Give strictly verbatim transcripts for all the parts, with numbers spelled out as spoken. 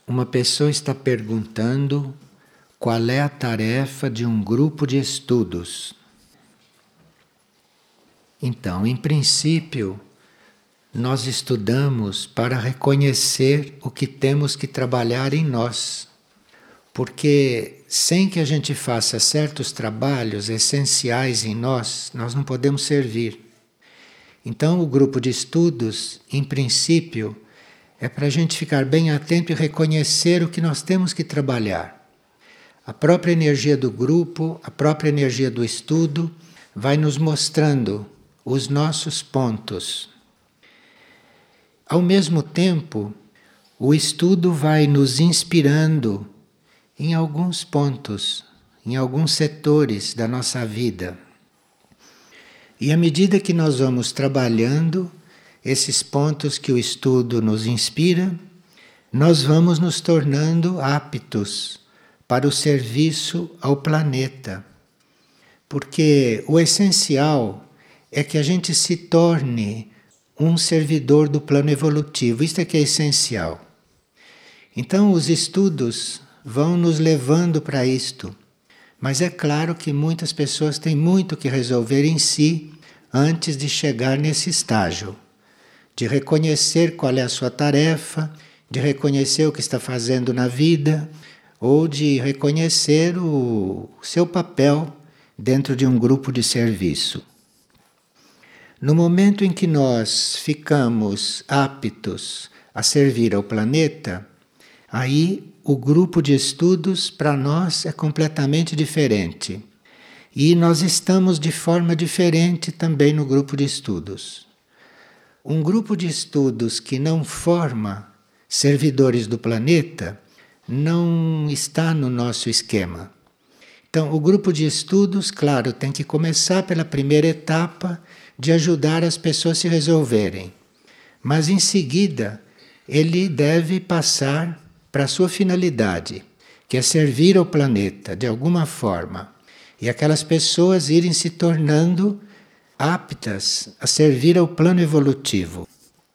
Uma pessoa está perguntando qual é a tarefa de um grupo de estudos. Então, em princípio, nós estudamos para reconhecer o que temos que trabalhar em nós. Porque sem que a gente faça certos trabalhos essenciais em nós, nós não podemos servir. Então, o grupo de estudos, em princípio, é para a gente ficar bem atento e reconhecer o que nós temos que trabalhar. A própria energia do grupo, a própria energia do estudo, vai nos mostrando os nossos pontos. Ao mesmo tempo, o estudo vai nos inspirando em alguns pontos, em alguns setores da nossa vida. E à medida que nós vamos trabalhando esses pontos que o estudo nos inspira, nós vamos nos tornando aptos para o serviço ao planeta. Porque o essencial é que a gente se torne um servidor do plano evolutivo. Isto é que é essencial. Então os estudos vão nos levando para isto. Mas é claro que muitas pessoas têm muito que resolver em si antes de chegar nesse estágio. De reconhecer qual é a sua tarefa, de reconhecer o que está fazendo na vida, ou de reconhecer o seu papel dentro de um grupo de serviço. No momento em que nós ficamos aptos a servir ao planeta, aí o grupo de estudos para nós é completamente diferente. E nós estamos de forma diferente também no grupo de estudos. Um grupo de estudos que não forma servidores do planeta não está no nosso esquema. Então, o grupo de estudos, claro, tem que começar pela primeira etapa de ajudar as pessoas a se resolverem. Mas, em seguida, ele deve passar para a sua finalidade, que é servir ao planeta de alguma forma. E aquelas pessoas irem se tornando aptas a servir ao plano evolutivo.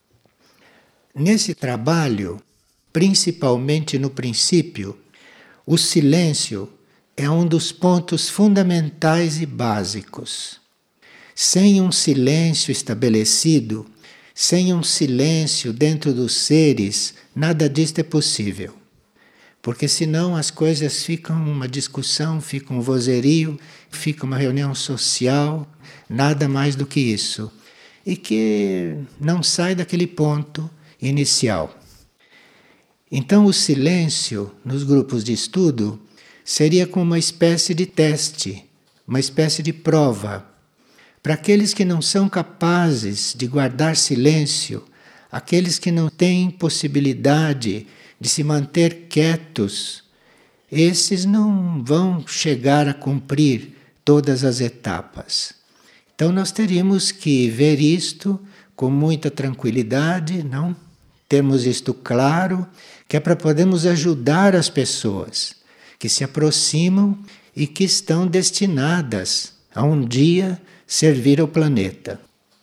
Nesse trabalho, principalmente no princípio, o silêncio é um dos pontos fundamentais e básicos. Sem um silêncio estabelecido, sem um silêncio dentro dos seres, nada disto é possível. Porque senão as coisas ficam uma discussão, fica um vozerio, fica uma reunião social, nada mais do que isso. E que não sai daquele ponto inicial. Então o silêncio nos grupos de estudo seria como uma espécie de teste, uma espécie de prova. Para aqueles que não são capazes de guardar silêncio, aqueles que não têm possibilidade de se manter quietos, esses não vão chegar a cumprir todas as etapas. Então nós teríamos que ver isto com muita tranquilidade, não? Termos isto claro, que é para podermos ajudar as pessoas que se aproximam e que estão destinadas a um dia servir ao planeta.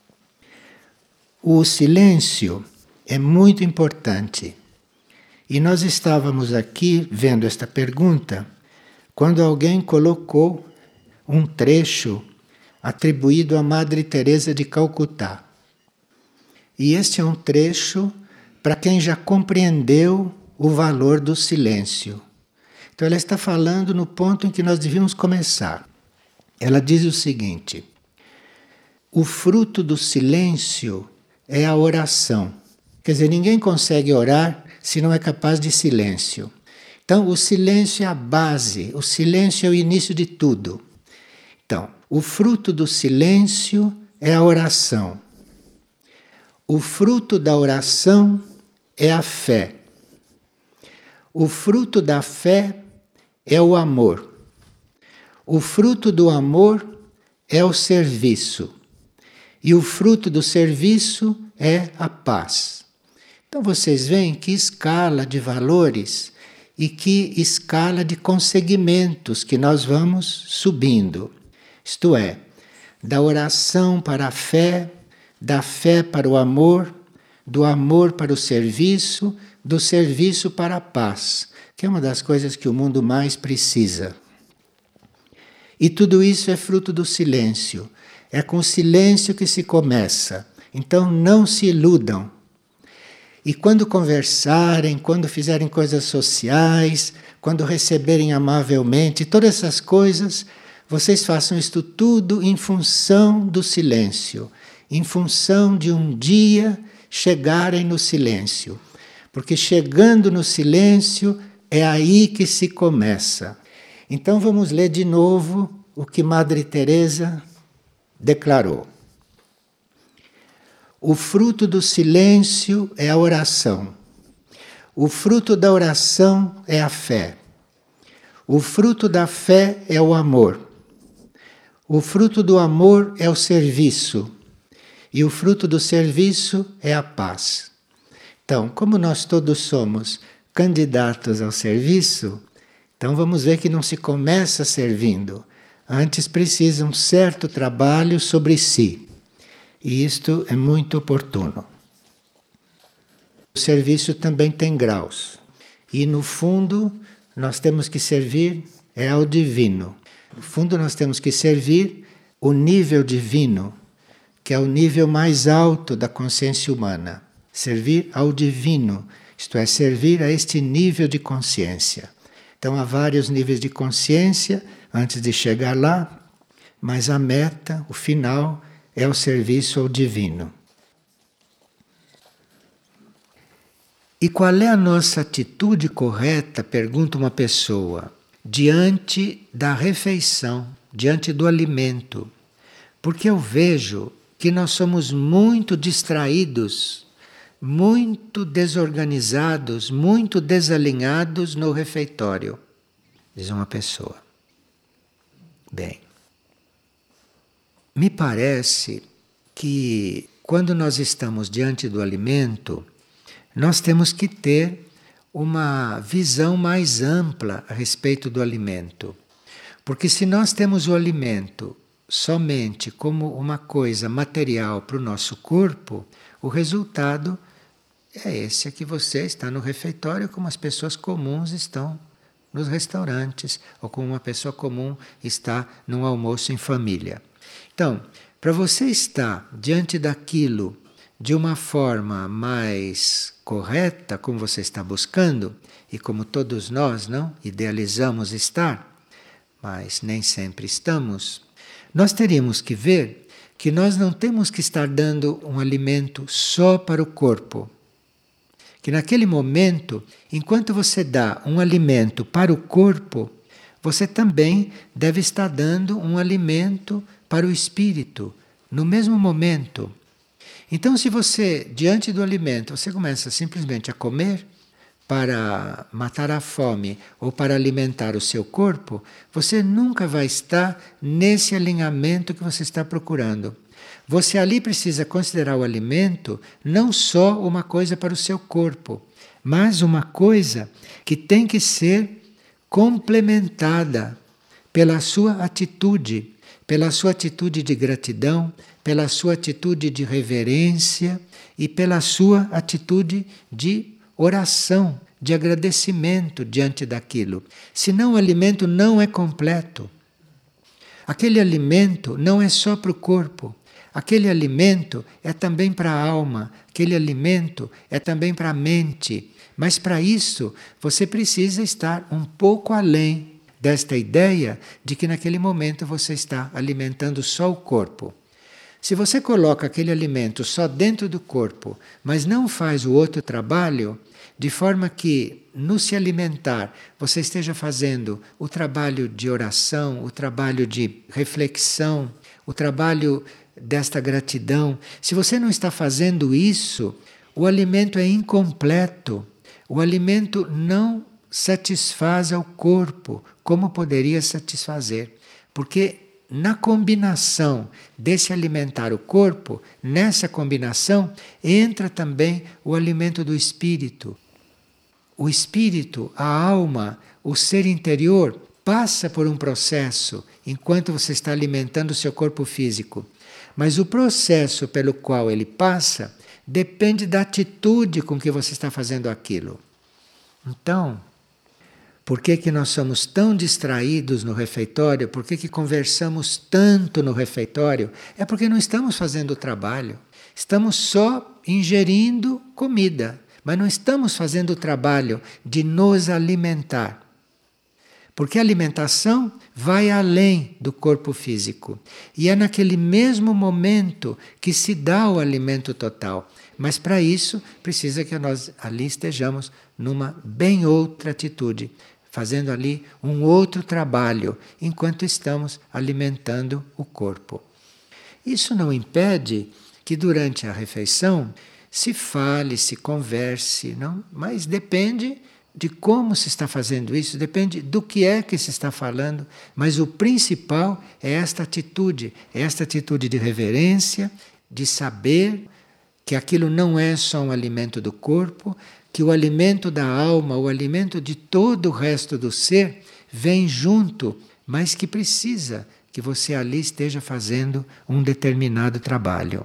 O silêncio é muito importante. E nós estávamos aqui vendo esta pergunta quando alguém colocou um trecho atribuído à Madre Teresa de Calcutá. E este é um trecho para quem já compreendeu o valor do silêncio. Então ela está falando no ponto em que nós devíamos começar. Ela diz o seguinte: o fruto do silêncio é a oração. Quer dizer, ninguém consegue orar se não é capaz de silêncio. Então, o silêncio é a base, o silêncio é o início de tudo. Então, o fruto do silêncio é a oração. O fruto da oração é a fé. O fruto da fé é o amor. O fruto do amor é o serviço. E o fruto do serviço é a paz. Então vocês veem que escala de valores e que escala de conseguimentos que nós vamos subindo. Isto é, da oração para a fé, da fé para o amor, do amor para o serviço, do serviço para a paz, que é uma das coisas que o mundo mais precisa. E tudo isso é fruto do silêncio. É com o silêncio que se começa. Então não se iludam. E quando conversarem, quando fizerem coisas sociais, quando receberem amavelmente, todas essas coisas, vocês façam isto tudo em função do silêncio, em função de um dia chegarem no silêncio. Porque chegando no silêncio é aí que se começa. Então vamos ler de novo o que Madre Teresa declarou. O fruto do silêncio é a oração. O fruto da oração é a fé. O fruto da fé é o amor. O fruto do amor é o serviço. E o fruto do serviço é a paz. Então, como nós todos somos candidatos ao serviço, então vamos ver que não se começa servindo. Antes precisa um certo trabalho sobre si. E isto é muito oportuno. O serviço também tem graus. E no fundo, nós temos que servir é ao divino. No fundo, nós temos que servir o nível divino, que é o nível mais alto da consciência humana. Servir ao divino, isto é, servir a este nível de consciência. Então há vários níveis de consciência antes de chegar lá, mas a meta, o final, é o serviço ao divino. E qual é a nossa atitude correta, pergunta uma pessoa, diante da refeição, diante do alimento? Porque eu vejo que nós somos muito distraídos, muito desorganizados, muito desalinhados no refeitório, diz uma pessoa. Bem, me parece que quando nós estamos diante do alimento, nós temos que ter uma visão mais ampla a respeito do alimento. Porque se nós temos o alimento somente como uma coisa material para o nosso corpo, o resultado é esse, é que você está no refeitório como as pessoas comuns estão nos restaurantes, ou como uma pessoa comum está num almoço em família. Então, para você estar diante daquilo de uma forma mais correta, como você está buscando, e como todos nós não idealizamos estar, mas nem sempre estamos, nós teríamos que ver que nós não temos que estar dando um alimento só para o corpo. Que naquele momento, enquanto você dá um alimento para o corpo, você também deve estar dando um alimento para o espírito, no mesmo momento. Então, se você, diante do alimento, você começa simplesmente a comer para matar a fome ou para alimentar o seu corpo, você nunca vai estar nesse alinhamento que você está procurando. Você ali precisa considerar o alimento não só uma coisa para o seu corpo, mas uma coisa que tem que ser complementada pela sua atitude, pela sua atitude de gratidão, pela sua atitude de reverência e pela sua atitude de oração, de agradecimento diante daquilo. Senão o alimento não é completo. Aquele alimento não é só para o corpo. Aquele alimento é também para a alma, aquele alimento é também para a mente. Mas para isso você precisa estar um pouco além desta ideia de que naquele momento você está alimentando só o corpo. Se você coloca aquele alimento só dentro do corpo, mas não faz o outro trabalho, de forma que no se alimentar você esteja fazendo o trabalho de oração, o trabalho de reflexão, o trabalho desta gratidão. Se você não está fazendo isso, o alimento é incompleto. O alimento não satisfaz ao corpo como poderia satisfazer. Porque na combinação desse alimentar o corpo, nessa combinação entra também o alimento do espírito. O espírito, a alma, o ser interior passa por um processo enquanto você está alimentando o seu corpo físico. Mas o processo pelo qual ele passa depende da atitude com que você está fazendo aquilo. Então, por que que nós somos tão distraídos no refeitório? Por que que conversamos tanto no refeitório? É porque não estamos fazendo o trabalho. Estamos só ingerindo comida, mas não estamos fazendo o trabalho de nos alimentar. Porque a alimentação vai além do corpo físico. E é naquele mesmo momento que se dá o alimento total. Mas para isso, precisa que nós ali estejamos numa bem outra atitude, fazendo ali um outro trabalho, enquanto estamos alimentando o corpo. Isso não impede que durante a refeição se fale, se converse, não? Mas depende de como se está fazendo isso, depende do que é que se está falando, mas o principal é esta atitude, é esta atitude de reverência, de saber que aquilo não é só um alimento do corpo, que o alimento da alma, o alimento de todo o resto do ser, vem junto, mas que precisa que você ali esteja fazendo um determinado trabalho.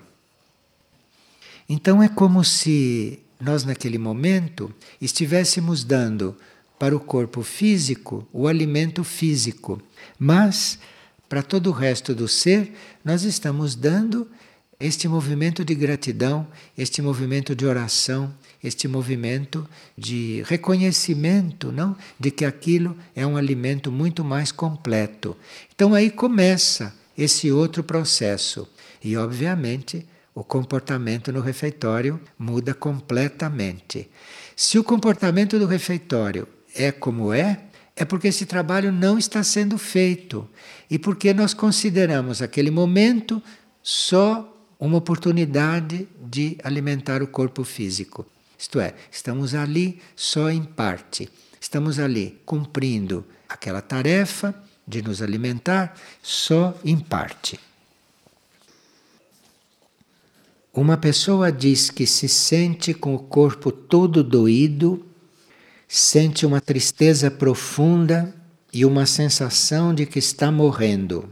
Então é como se nós, naquele momento, estivéssemos dando para o corpo físico o alimento físico, mas para todo o resto do ser, nós estamos dando este movimento de gratidão, este movimento de oração, este movimento de reconhecimento, não? De que aquilo é um alimento muito mais completo. Então aí começa esse outro processo. E, obviamente, o comportamento no refeitório muda completamente. Se o comportamento do refeitório é como é, é porque esse trabalho não está sendo feito. E porque nós consideramos aquele momento só uma oportunidade de alimentar o corpo físico. Isto é, estamos ali só em parte. Estamos ali cumprindo aquela tarefa de nos alimentar só em parte. Uma pessoa diz que se sente com o corpo todo doído, sente uma tristeza profunda e uma sensação de que está morrendo.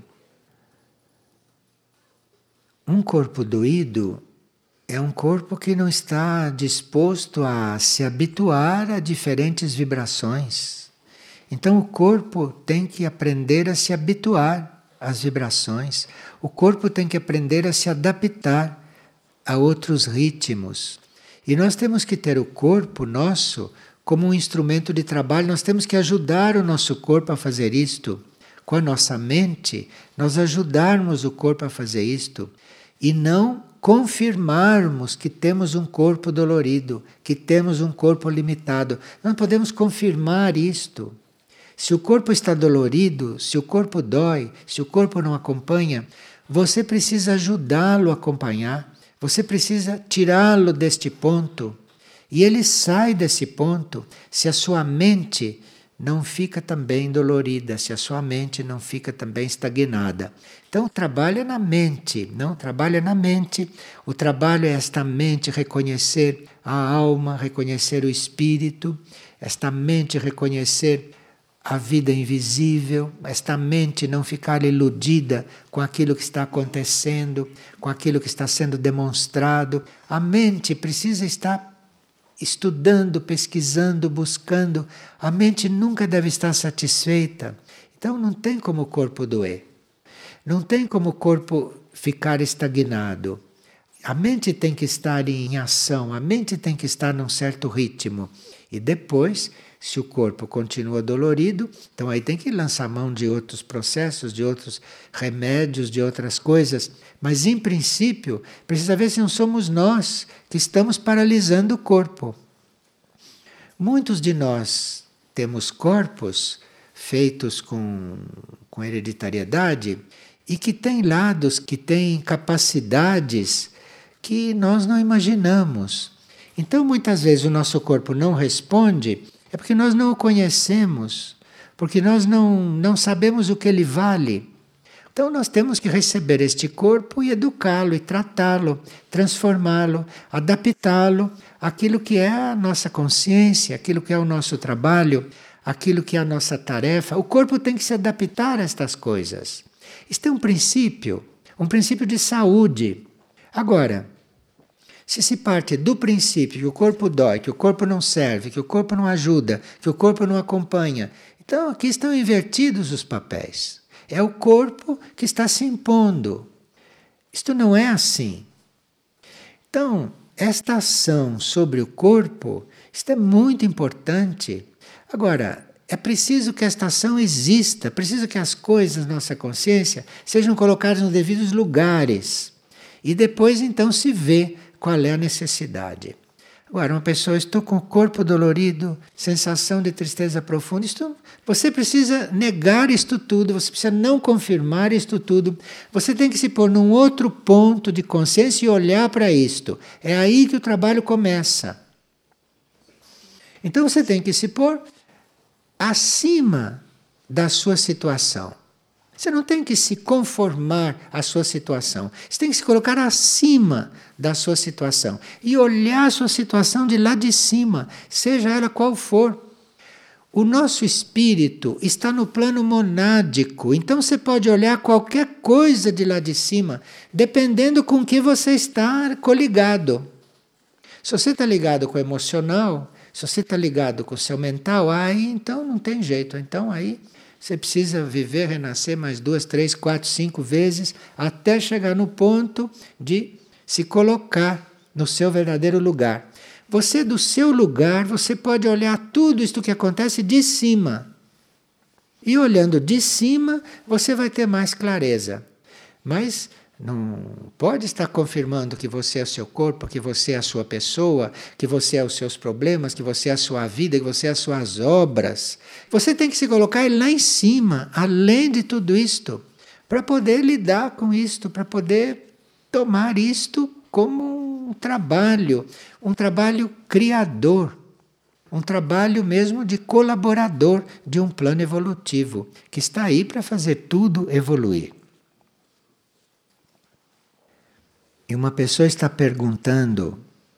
Um corpo doído é um corpo que não está disposto a se habituar a diferentes vibrações. Então o corpo tem que aprender a se habituar às vibrações. O corpo tem que aprender a se adaptar a outros ritmos. E nós temos que ter o corpo nosso como um instrumento de trabalho, nós temos que ajudar o nosso corpo a fazer isto. Com a nossa mente, nós ajudarmos o corpo a fazer isto. E não confirmarmos que temos um corpo dolorido, que temos um corpo limitado. Não podemos confirmar isto. Se o corpo está dolorido, se o corpo dói, se o corpo não acompanha, você precisa ajudá-lo a acompanhar. Você precisa tirá-lo deste ponto. E ele sai desse ponto se a sua mente não fica também dolorida, se a sua mente não fica também estagnada. Então, trabalha na mente, não? Trabalha na mente. O trabalho é esta mente reconhecer a alma, reconhecer o espírito, esta mente reconhecer a vida invisível, esta mente não ficar iludida com aquilo que está acontecendo, com aquilo que está sendo demonstrado. A mente precisa estar estudando, pesquisando, buscando. A mente nunca deve estar satisfeita. Então não tem como o corpo doer. Não tem como o corpo ficar estagnado. A mente tem que estar em ação, a mente tem que estar num certo ritmo. E depois, se o corpo continua dolorido, então aí tem que lançar mão de outros processos, de outros remédios, de outras coisas. Mas, em princípio, precisa ver se não somos nós que estamos paralisando o corpo. Muitos de nós temos corpos feitos com, com hereditariedade e que têm lados, que têm capacidades que nós não imaginamos. Então, muitas vezes o nosso corpo não responde, é porque nós não o conhecemos, porque nós não, não sabemos o que ele vale. Então nós temos que receber este corpo e educá-lo, e tratá-lo, transformá-lo, adaptá-lo àquilo que é a nossa consciência, aquilo que é o nosso trabalho, aquilo que é a nossa tarefa. O corpo tem que se adaptar a estas coisas. Isto é um princípio, um princípio de saúde. Agora, Se se parte do princípio que o corpo dói, que o corpo não serve, que o corpo não ajuda, que o corpo não acompanha, então aqui estão invertidos os papéis. É o corpo que está se impondo. Isto não é assim. Então, esta ação sobre o corpo, isto é muito importante. Agora, é preciso que esta ação exista, é preciso que as coisas da nossa consciência sejam colocadas nos devidos lugares. E depois então se vê qual é a necessidade. Agora, uma pessoa, estou com o corpo dolorido, sensação de tristeza profunda, isto, você precisa negar isto tudo, você precisa não confirmar isto tudo, você tem que se pôr num outro ponto de consciência e olhar para isto. É aí que o trabalho começa. Então você tem que se pôr acima da sua situação. Você não tem que se conformar à sua situação. Você tem que se colocar acima da sua situação e olhar a sua situação de lá de cima, seja ela qual for. O nosso espírito está no plano monádico, então você pode olhar qualquer coisa de lá de cima, dependendo com que você está coligado. Se você está ligado com o emocional, se você está ligado com o seu mental, aí então não tem jeito. Então aí você precisa viver, renascer mais duas, três, quatro, cinco vezes até chegar no ponto de se colocar no seu verdadeiro lugar. Você, do seu lugar, você pode olhar tudo isto que acontece de cima. E olhando de cima, você vai ter mais clareza. Mas não pode estar confirmando que você é o seu corpo, que você é a sua pessoa, que você é os seus problemas, que você é a sua vida, que você é as suas obras. Você tem que se colocar lá em cima, além de tudo isto, para poder lidar com isto, para poder tomar isto como um trabalho, um trabalho criador, um trabalho mesmo de colaborador de um plano evolutivo, que está aí para fazer tudo evoluir. E uma pessoa está perguntando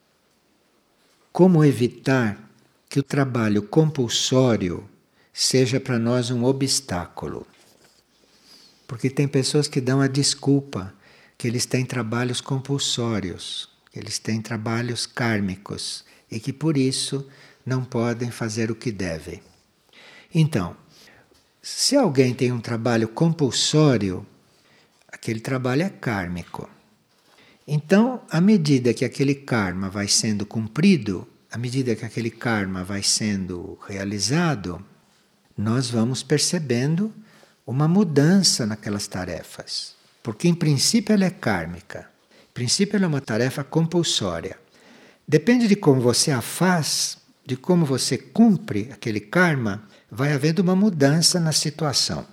como evitar que o trabalho compulsório seja para nós um obstáculo. Porque tem pessoas que dão a desculpa que eles têm trabalhos compulsórios, que eles têm trabalhos kármicos e que por isso não podem fazer o que devem. Então, se alguém tem um trabalho compulsório, aquele trabalho é kármico. Então, à medida que aquele karma vai sendo cumprido, à medida que aquele karma vai sendo realizado, nós vamos percebendo uma mudança naquelas tarefas. Porque, em princípio, ela é kármica. Em princípio, ela é uma tarefa compulsória. Depende de como você a faz, de como você cumpre aquele karma, vai havendo uma mudança na situação.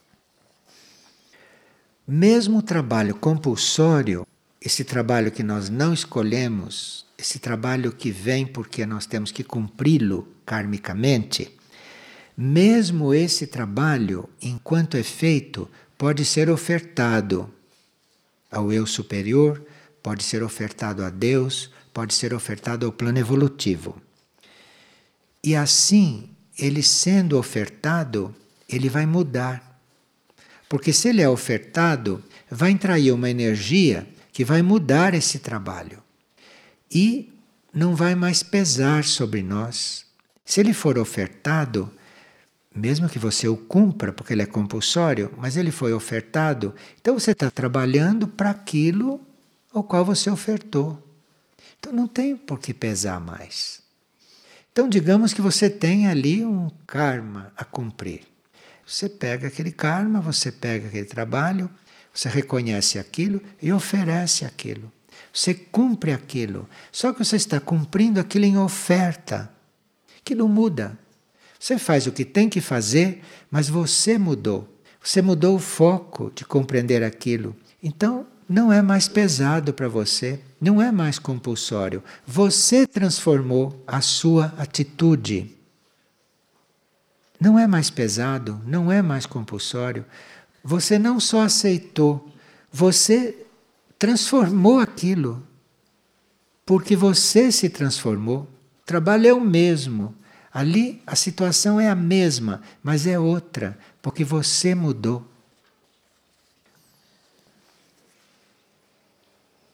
Mesmo o trabalho compulsório, esse trabalho que nós não escolhemos, esse trabalho que vem porque nós temos que cumpri-lo karmicamente, mesmo esse trabalho, enquanto é feito, pode ser ofertado ao eu superior, pode ser ofertado a Deus, pode ser ofertado ao plano evolutivo. E assim, ele sendo ofertado, ele vai mudar. Porque se ele é ofertado, vai entrar aí uma energia que vai mudar esse trabalho. E não vai mais pesar sobre nós. Se ele for ofertado, mesmo que você o cumpra, porque ele é compulsório, mas ele foi ofertado, então você está trabalhando para aquilo ao qual você ofertou. Então não tem por que pesar mais. Então digamos que você tem ali um karma a cumprir. Você pega aquele karma, você pega aquele trabalho, você reconhece aquilo e oferece aquilo. Você cumpre aquilo. Só que você está cumprindo aquilo em oferta. Aquilo muda. Você faz o que tem que fazer, mas você mudou. Você mudou o foco de compreender aquilo. Então, não é mais pesado para você. Não é mais compulsório. Você transformou a sua atitude. Não é mais pesado, não é mais compulsório. Você não só aceitou, você transformou aquilo. Porque você se transformou. O trabalho é o mesmo. Ali a situação é a mesma, mas é outra, porque você mudou.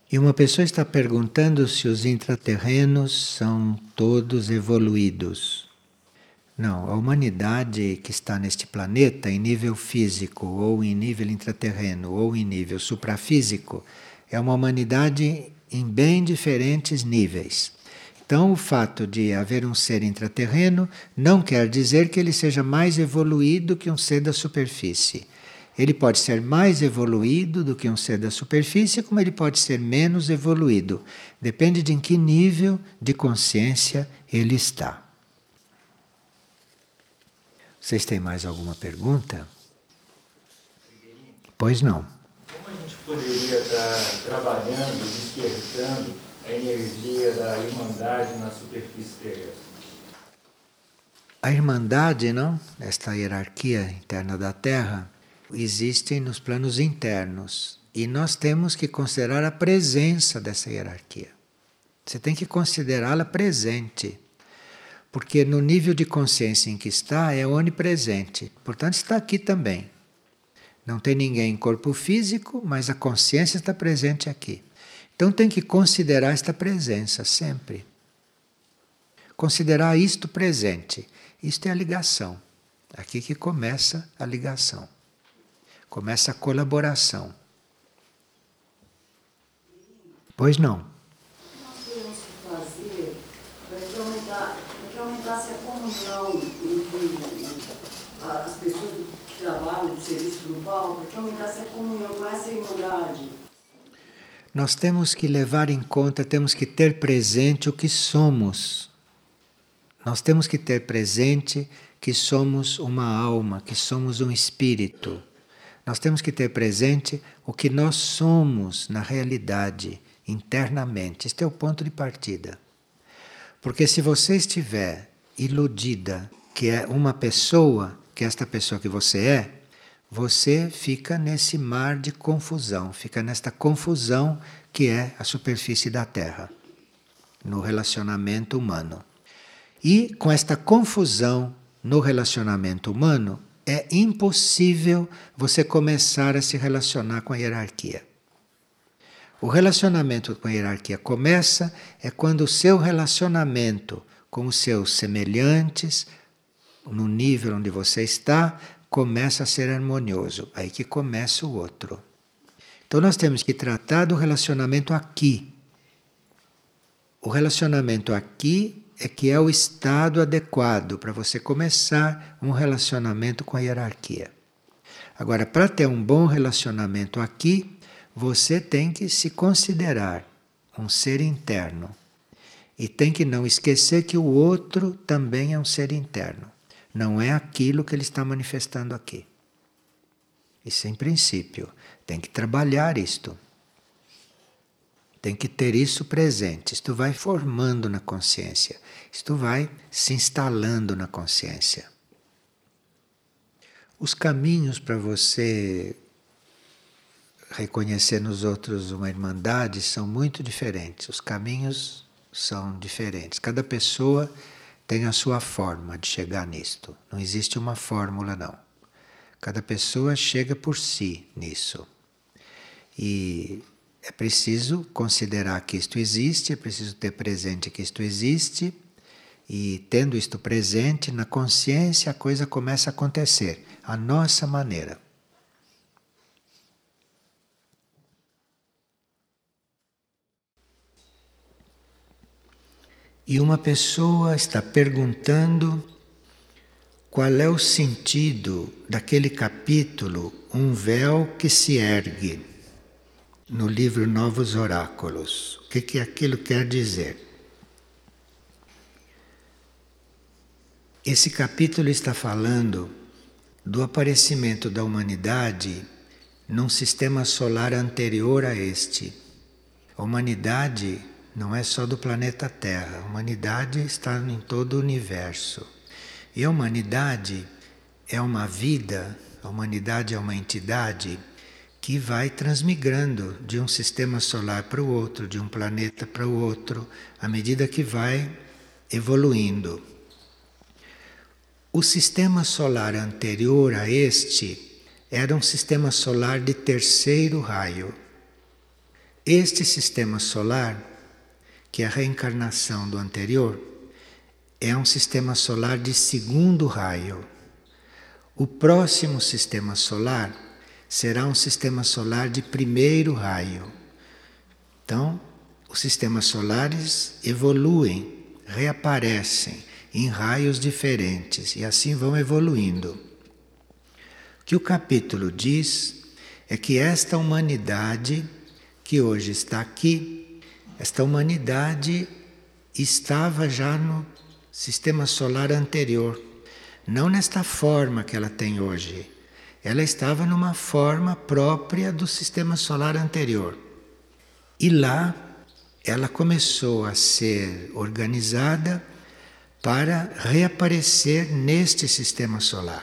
E uma pessoa está perguntando se os intraterrenos são todos evoluídos. Não, a humanidade que está neste planeta, em nível físico, ou em nível intraterreno, ou em nível suprafísico, é uma humanidade em bem diferentes níveis. Então, o fato de haver um ser intraterreno não quer dizer que ele seja mais evoluído que um ser da superfície. Ele pode ser mais evoluído do que um ser da superfície, como ele pode ser menos evoluído. Depende de em que nível de consciência ele está. Vocês têm mais alguma pergunta? Pois não. Como a gente poderia estar trabalhando, despertando a energia da Irmandade na superfície terrestre? A Irmandade, não? Esta hierarquia interna da Terra, existe nos planos internos. E nós temos que considerar a presença dessa hierarquia. Você tem que considerá-la presente. Porque no nível de consciência em que está, é onipresente. Portanto, está aqui também. Não tem ninguém em corpo físico, mas a consciência está presente aqui. Então tem que considerar esta presença sempre. Considerar isto presente. Isto é a ligação. Aqui que começa a ligação. Começa a colaboração. Pois não. Nós temos que fazer para que aumentar, para que aumentasse a comunhão entre as pessoas que trabalham no serviço grupal, para que aumentasse a comunhão com essa irmandade. Nós temos que levar em conta, temos que ter presente o que somos. Nós temos que ter presente que somos uma alma, que somos um espírito. Nós temos que ter presente o que nós somos na realidade, internamente. Este é o ponto de partida. Porque se você estiver iludida que é uma pessoa, que é esta pessoa que você é, você fica nesse mar de confusão, fica nesta confusão que é a superfície da Terra, no relacionamento humano. E com esta confusão no relacionamento humano, é impossível você começar a se relacionar com a hierarquia. O relacionamento com a hierarquia começa é quando o seu relacionamento com os seus semelhantes, no nível onde você está, começa a ser harmonioso. Aí que começa o outro. Então nós temos que tratar do relacionamento aqui. O relacionamento aqui é que é o estado adequado para você começar um relacionamento com a hierarquia. Agora, para ter um bom relacionamento aqui, você tem que se considerar um ser interno. E tem que não esquecer que o outro também é um ser interno. Não é aquilo que ele está manifestando aqui. Isso em princípio. Tem que trabalhar isto. Tem que ter isso presente. Isto vai formando na consciência. Isto vai se instalando na consciência. Os caminhos para você reconhecer nos outros uma irmandade são muito diferentes. Os caminhos são diferentes. Cada pessoa tem a sua forma de chegar nisto. Não existe uma fórmula, não. Cada pessoa chega por si nisso. E é preciso considerar que isto existe, é preciso ter presente que isto existe, e tendo isto presente, na consciência a coisa começa a acontecer, à nossa maneira. E uma pessoa está perguntando qual é o sentido daquele capítulo, Um Véu que se Ergue, no livro Novos Oráculos. O que, que aquilo quer dizer? Esse capítulo está falando do aparecimento da humanidade num sistema solar anterior a este. A humanidade não é só do planeta Terra, a humanidade está em todo o universo. E a humanidade é uma vida, a humanidade é uma entidade que vai transmigrando de um sistema solar para o outro, de um planeta para o outro, à medida que vai evoluindo. O sistema solar anterior a este era um sistema solar de terceiro raio. Este sistema solar, que é a reencarnação do anterior, é um sistema solar de segundo raio. O próximo sistema solar será um sistema solar de primeiro raio. Então, os sistemas solares evoluem, reaparecem em raios diferentes e assim vão evoluindo. O que o capítulo diz é que esta humanidade que hoje está aqui, esta humanidade estava já no sistema solar anterior, não nesta forma que ela tem hoje. Ela estava numa forma própria do sistema solar anterior. E lá ela começou a ser organizada para reaparecer neste sistema solar.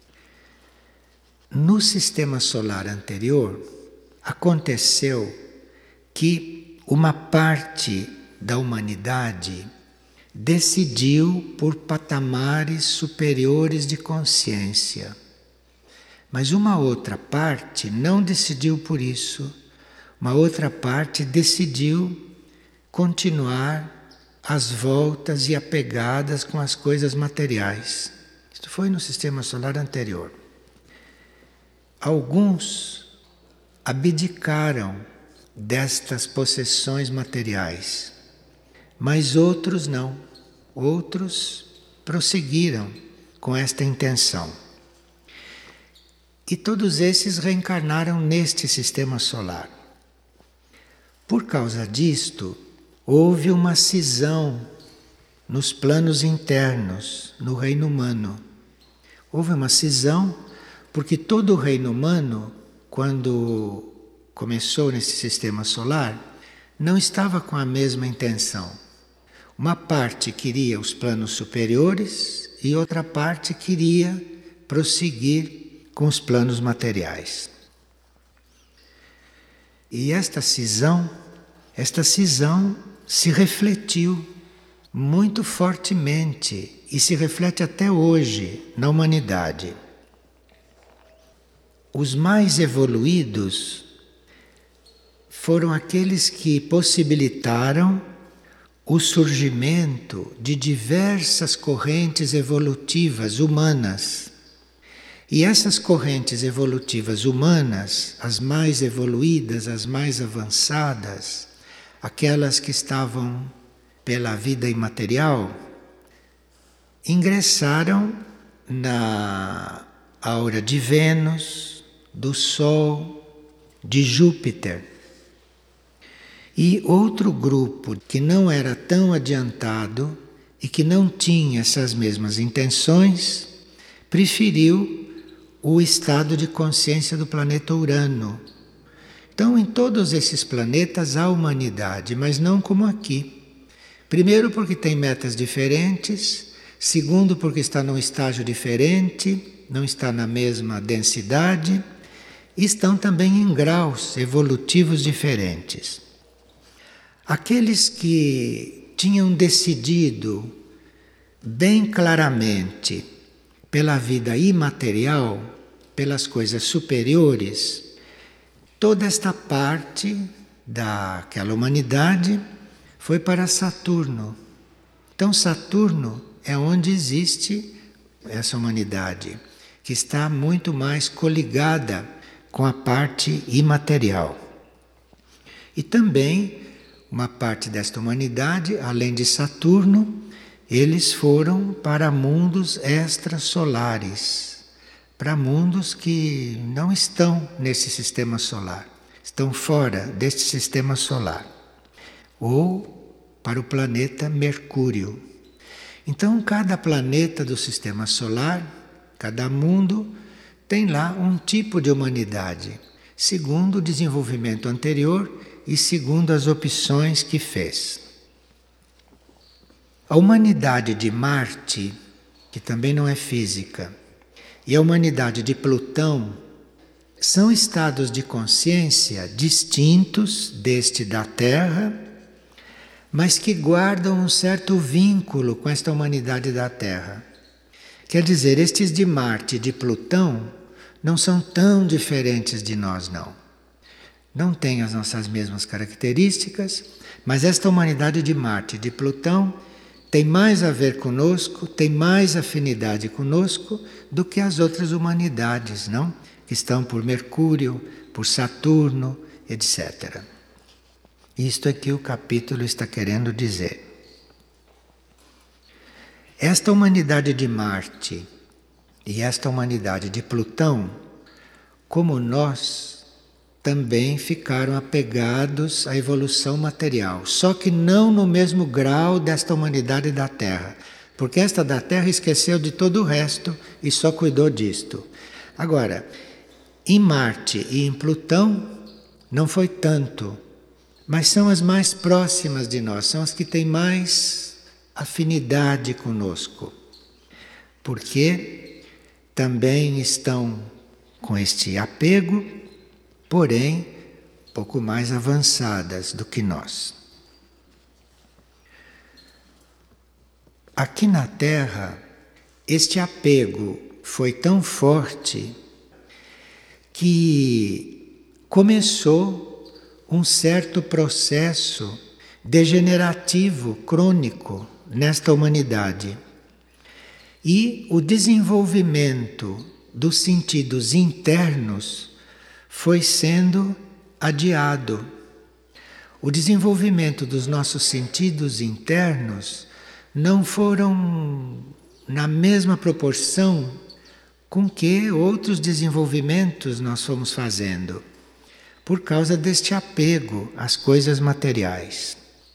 No sistema solar anterior, aconteceu que uma parte da humanidade decidiu por patamares superiores de consciência. Mas uma outra parte não decidiu por isso. Uma outra parte decidiu continuar as voltas e apegadas com as coisas materiais. Isto foi no sistema solar anterior. Alguns abdicaram destas possessões materiais, mas outros não. Outros prosseguiram com esta intenção. E todos esses reencarnaram neste sistema solar. Por causa disto, houve uma cisão nos planos internos, no reino humano. Houve uma cisão porque todo o reino humano, quando começou nesse sistema solar, não estava com a mesma intenção. Uma parte queria os planos superiores e outra parte queria prosseguir com os planos materiais. E esta cisão, esta cisão se refletiu muito fortemente e se reflete até hoje na humanidade. Os mais evoluídos foram aqueles que possibilitaram o surgimento de diversas correntes evolutivas humanas. E essas correntes evolutivas humanas, as mais evoluídas, as mais avançadas, aquelas que estavam pela vida imaterial, ingressaram na aura de Vênus, do Sol, de Júpiter. E outro grupo que não era tão adiantado e que não tinha essas mesmas intenções, preferiu o estado de consciência do planeta Urano. Então, em todos esses planetas há humanidade, mas não como aqui. Primeiro, porque tem metas diferentes. Segundo, porque está num estágio diferente, não está na mesma densidade. E estão também em graus evolutivos diferentes. Aqueles que tinham decidido bem claramente pela vida imaterial, pelas coisas superiores, toda esta parte daquela humanidade foi para Saturno. Então Saturno é onde existe essa humanidade, que está muito mais coligada com a parte imaterial. E também uma parte desta humanidade, além de Saturno, eles foram para mundos extrasolares, para mundos que não estão nesse sistema solar, estão fora deste sistema solar, ou para o planeta Mercúrio. Então, cada planeta do sistema solar, cada mundo, tem lá um tipo de humanidade, segundo o desenvolvimento anterior e segundo as opções que fez. A humanidade de Marte, que também não é física, e a humanidade de Plutão são estados de consciência distintos deste da Terra, mas que guardam um certo vínculo com esta humanidade da Terra. Quer dizer, estes de Marte e de Plutão não são tão diferentes de nós, não. não tem as nossas mesmas características, mas esta humanidade de Marte, de Plutão, tem mais a ver conosco, tem mais afinidade conosco do que as outras humanidades, não? Que estão por Mercúrio, por Saturno, etcétera. Isto é que o capítulo está querendo dizer. Esta humanidade de Marte e esta humanidade de Plutão, como nós, também ficaram apegados à evolução material, só que não no mesmo grau desta humanidade da Terra, porque esta da Terra esqueceu de todo o resto e só cuidou disto. Agora, em Marte e em Plutão não foi tanto, mas são as mais próximas de nós, são as que têm mais afinidade conosco, porque também estão com este apego, porém pouco mais avançadas do que nós. Aqui na Terra, este apego foi tão forte que começou um certo processo degenerativo, crônico, nesta humanidade. E o desenvolvimento dos sentidos internos foi sendo adiado. O desenvolvimento dos nossos sentidos internos não foram na mesma proporção com que outros desenvolvimentos nós fomos fazendo, por causa deste apego às coisas materiais.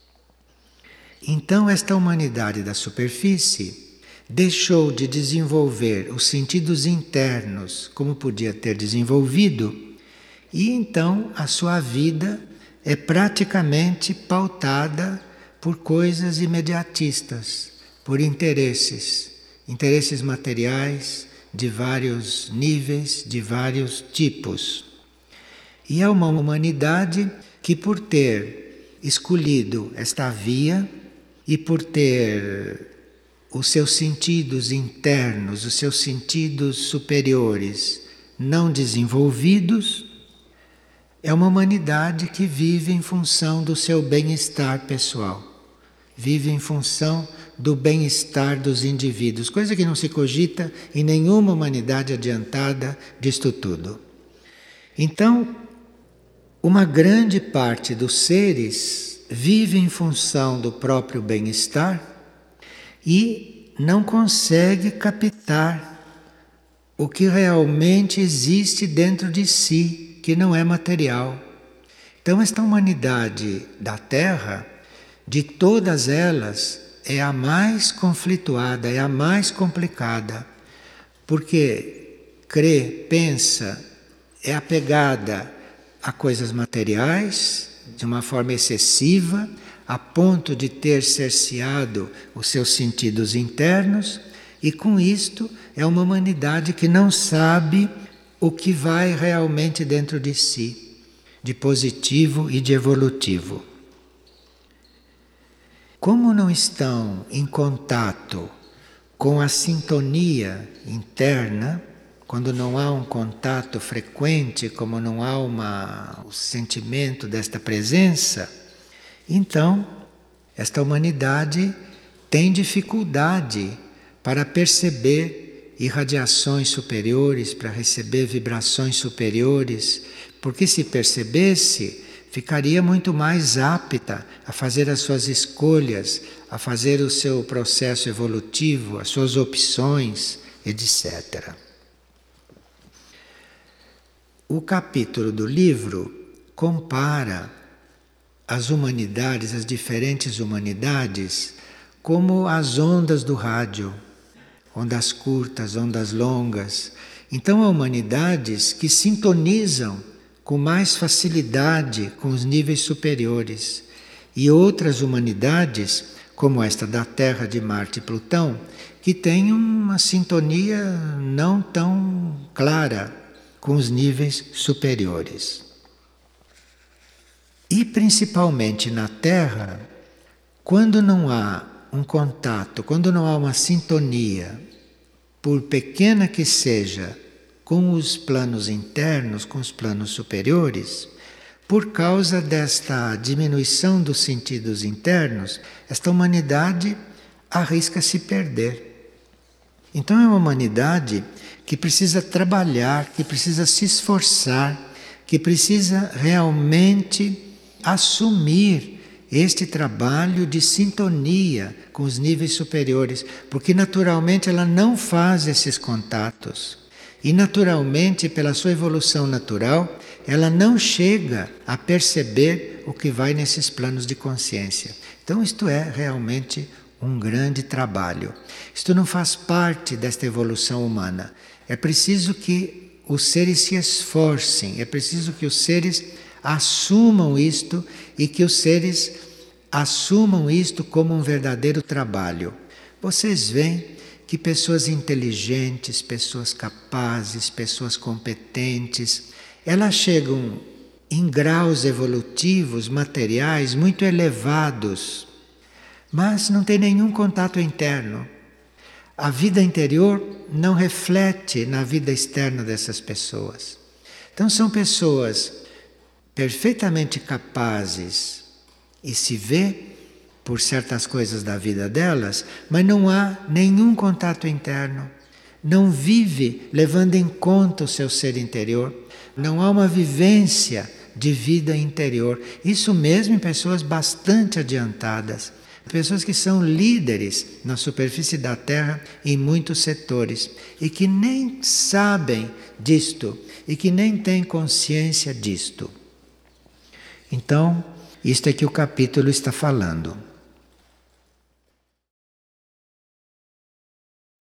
Então, esta humanidade da superfície deixou de desenvolver os sentidos internos como podia ter desenvolvido, e então a sua vida é praticamente pautada por coisas imediatistas, por interesses, interesses materiais de vários níveis, de vários tipos. E é uma humanidade que, por ter escolhido esta via e por ter os seus sentidos internos, os seus sentidos superiores não desenvolvidos, é uma humanidade que vive em função do seu bem-estar pessoal, vive em função do bem-estar dos indivíduos, coisa que não se cogita em nenhuma humanidade adiantada disto tudo. Então, uma grande parte dos seres vive em função do próprio bem-estar e não consegue captar o que realmente existe dentro de si, que não é material. Então, esta humanidade da Terra, de todas elas, é a mais conflituada, é a mais complicada, porque crê, pensa, é apegada a coisas materiais de uma forma excessiva, a ponto de ter cerceado os seus sentidos internos, e com isto é uma humanidade que não sabe o que vai realmente dentro de si, de positivo e de evolutivo. Como não estão em contato com a sintonia interna, quando não há um contato frequente, como não há uma, o sentimento desta presença, então esta humanidade tem dificuldade para perceber irradiações superiores, para receber vibrações superiores, porque se percebesse, ficaria muito mais apta a fazer as suas escolhas, a fazer o seu processo evolutivo, as suas opções, etcétera. O capítulo do livro compara as humanidades, as diferentes humanidades, como as ondas do rádio, ondas curtas, ondas longas. Então, há humanidades que sintonizam com mais facilidade com os níveis superiores, e outras humanidades, como esta da Terra, de Marte e Plutão, que têm uma sintonia não tão clara com os níveis superiores. E principalmente na Terra, quando não há um contato, quando não há uma sintonia, por pequena que seja, com os planos internos, com os planos superiores, por causa desta diminuição dos sentidos internos, esta humanidade arrisca se perder. Então é uma humanidade que precisa trabalhar, que precisa se esforçar, que precisa realmente assumir este trabalho de sintonia com os níveis superiores, porque naturalmente ela não faz esses contatos. E naturalmente, pela sua evolução natural, ela não chega a perceber o que vai nesses planos de consciência. Então isto é realmente um grande trabalho. Isto não faz parte desta evolução humana. É preciso que os seres se esforcem, é preciso que os seres assumam isto e que os seres assumam isto como um verdadeiro trabalho. Vocês veem que pessoas inteligentes, pessoas capazes, pessoas competentes, elas chegam em graus evolutivos, materiais muito elevados, mas não tem nenhum contato interno. A vida interior não reflete na vida externa dessas pessoas. Então são pessoas perfeitamente capazes e se vê por certas coisas da vida delas, mas não há nenhum contato interno. Não vive levando em conta o seu ser interior. Não há uma vivência de vida interior. Isso mesmo em pessoas bastante adiantadas. Pessoas que são líderes na superfície da Terra em muitos setores e que nem sabem disto e que nem têm consciência disto. Então, isto é que o capítulo está falando.